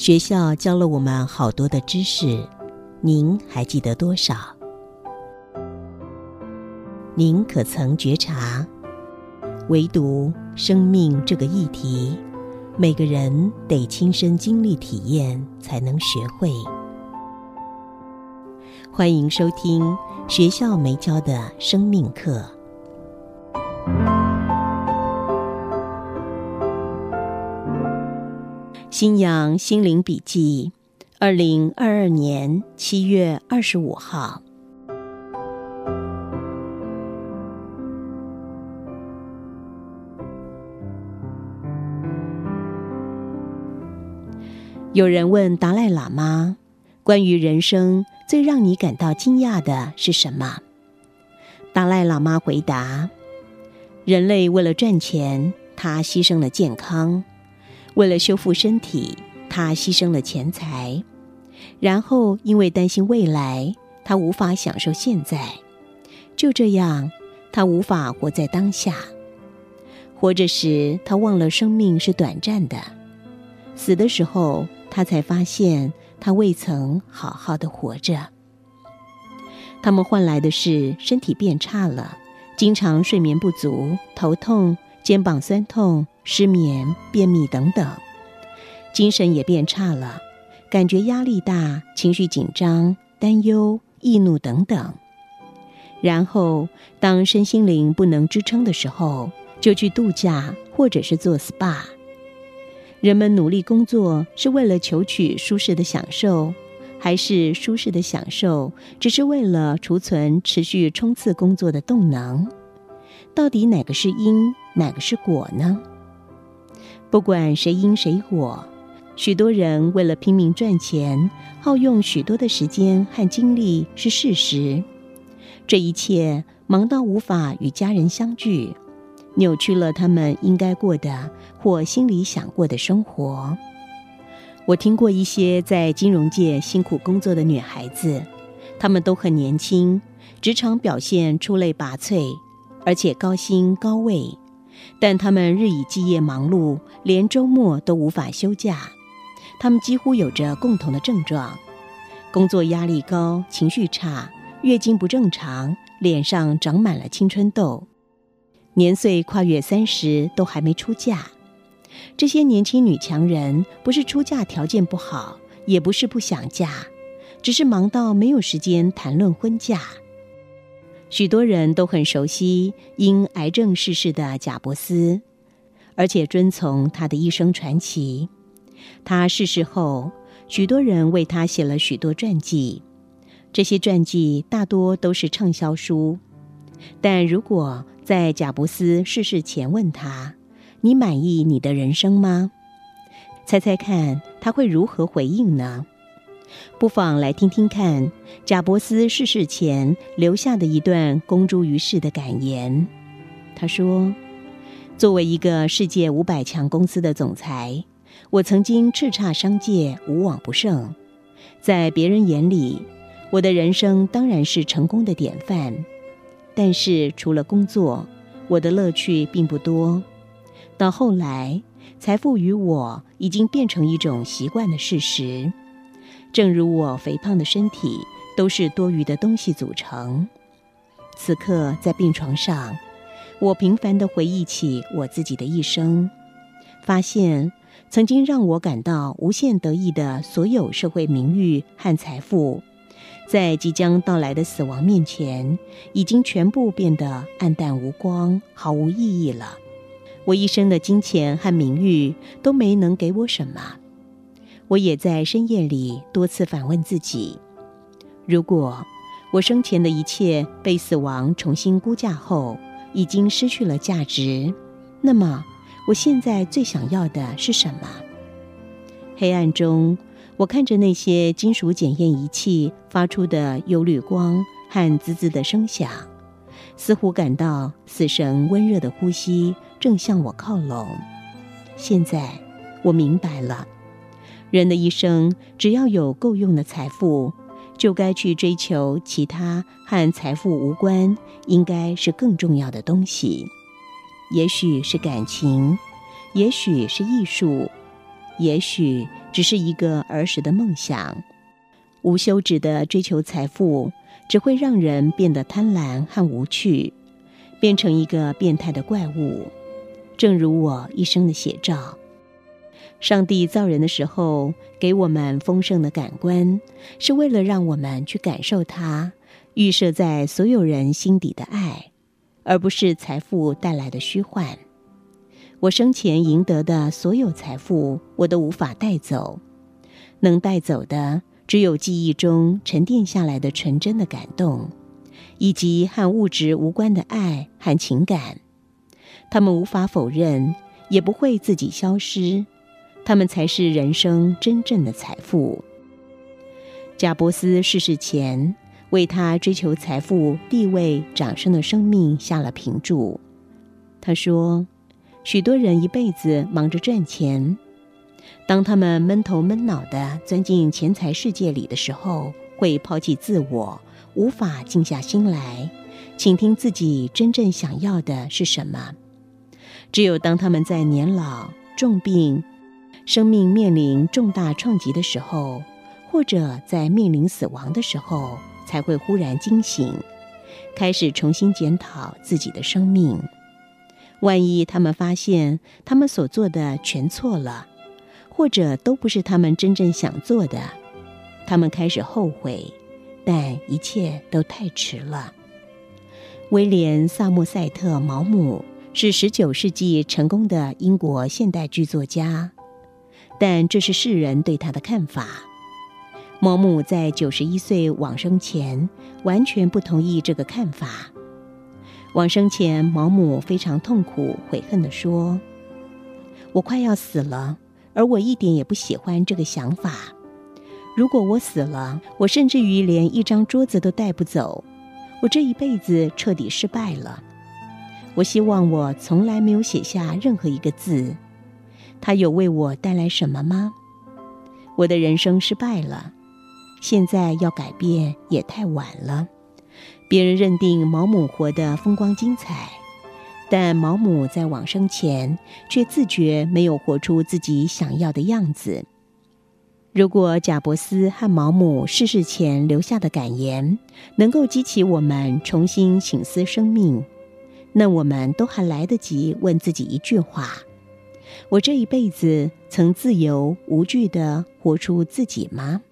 学校教了我们好多的知识，您还记得多少？您可曾觉察，唯独生命这个议题，每个人得亲身经历体验才能学会。欢迎收听学校没教的生命课。新阳心灵笔记，2022年7月25号。有人问达赖喇嘛，关于人生最让你感到惊讶的是什么？达赖喇嘛回答：人类为了赚钱，他牺牲了健康；为了修复身体，他牺牲了钱财；然后因为担心未来，他无法享受现在。就这样，他无法活在当下。活着时，他忘了生命是短暂的；死的时候，他才发现他未曾好好的活着。他们换来的是身体变差了，经常睡眠不足、头痛、肩膀酸痛、失眠、便秘等等；精神也变差了，感觉压力大、情绪紧张、担忧、易怒等等。然后当身心灵不能支撑的时候，就去度假或者是做 SPA。人们努力工作是为了求取舒适的享受，还是舒适的享受只是为了储存持续冲刺工作的动能？到底哪个是因，哪个是果呢？不管谁因谁果，许多人为了拼命赚钱，耗用许多的时间和精力是事实。这一切忙到无法与家人相聚，扭曲了他们应该过的或心里想过的生活。我听过一些在金融界辛苦工作的女孩子，她们都很年轻，职场表现出类拔萃，而且高薪高位，但她们日以继夜忙碌，连周末都无法休假。她们几乎有着共同的症状：工作压力高，情绪差，月经不正常，脸上长满了青春痘，年岁跨越30都还没出嫁。这些年轻女强人不是出嫁条件不好，也不是不想嫁，只是忙到没有时间谈论婚嫁。许多人都很熟悉因癌症逝世的贾伯斯，而且遵从他的一生传奇。他逝世后，许多人为他写了许多传记，这些传记大多都是畅销书。但如果在贾伯斯逝世前问他，你满意你的人生吗？猜猜看他会如何回应呢？不妨来听听看贾伯斯逝世前留下的一段公诸于世的感言。他说，作为一个世界500强公司的总裁，我曾经叱咤商界，无往不胜。在别人眼里，我的人生当然是成功的典范。但是除了工作，我的乐趣并不多。到后来，财富与我已经变成一种习惯的事实，正如我肥胖的身体都是多余的东西组成。此刻在病床上，我频繁地回忆起我自己的一生，发现曾经让我感到无限得意的所有社会名誉和财富，在即将到来的死亡面前，已经全部变得黯淡无光，毫无意义了。我一生的金钱和名誉都没能给我什么。我也在深夜里多次反问自己，如果我生前的一切被死亡重新估价后已经失去了价值，那么我现在最想要的是什么？黑暗中，我看着那些金属检验仪器发出的幽绿光和滋滋的声响，似乎感到死神温热的呼吸正向我靠拢。现在我明白了，人的一生只要有够用的财富，就该去追求其他和财富无关，应该是更重要的东西。也许是感情，也许是艺术，也许只是一个儿时的梦想。无休止的追求财富，只会让人变得贪婪和无趣，变成一个变态的怪物。正如我一生的写照。上帝造人的时候，给我们丰盛的感官，是为了让我们去感受他预设在所有人心底的爱，而不是财富带来的虚幻。我生前赢得的所有财富，我都无法带走，能带走的只有记忆中沉淀下来的纯真的感动，以及和物质无关的爱和情感。他们无法否认，也不会自己消失，他们才是人生真正的财富。贾伯斯逝世前，为他追求财富、地位、掌声的生命下了评注。他说，许多人一辈子忙着赚钱，当他们闷头闷脑地钻进钱财世界里的时候，会抛弃自我，无法静下心来倾听自己真正想要的是什么。只有当他们在年老、重病、生命面临重大创击的时候，或者在面临死亡的时候，才会忽然惊醒，开始重新检讨自己的生命。万一他们发现他们所做的全错了，或者都不是他们真正想做的，他们开始后悔，但一切都太迟了。威廉·萨默塞特·毛姆是19世纪成功的英国现代剧作家，但这是世人对他的看法。毛姆在91岁往生前完全不同意这个看法。往生前，毛姆非常痛苦悔恨地说，我快要死了，而我一点也不喜欢这个想法。如果我死了，我甚至于连一张桌子都带不走，我这一辈子彻底失败了。我希望我从来没有写下任何一个字。他有为我带来什么吗？我的人生失败了，现在要改变也太晚了。别人认定毛姆活得风光精彩，但毛姆在往生前却自觉没有活出自己想要的样子。如果贾伯斯和毛姆逝世前留下的感言能够激起我们重新省思生命，那我们都还来得及问自己一句话：我这一辈子曾自由无惧地活出自己吗？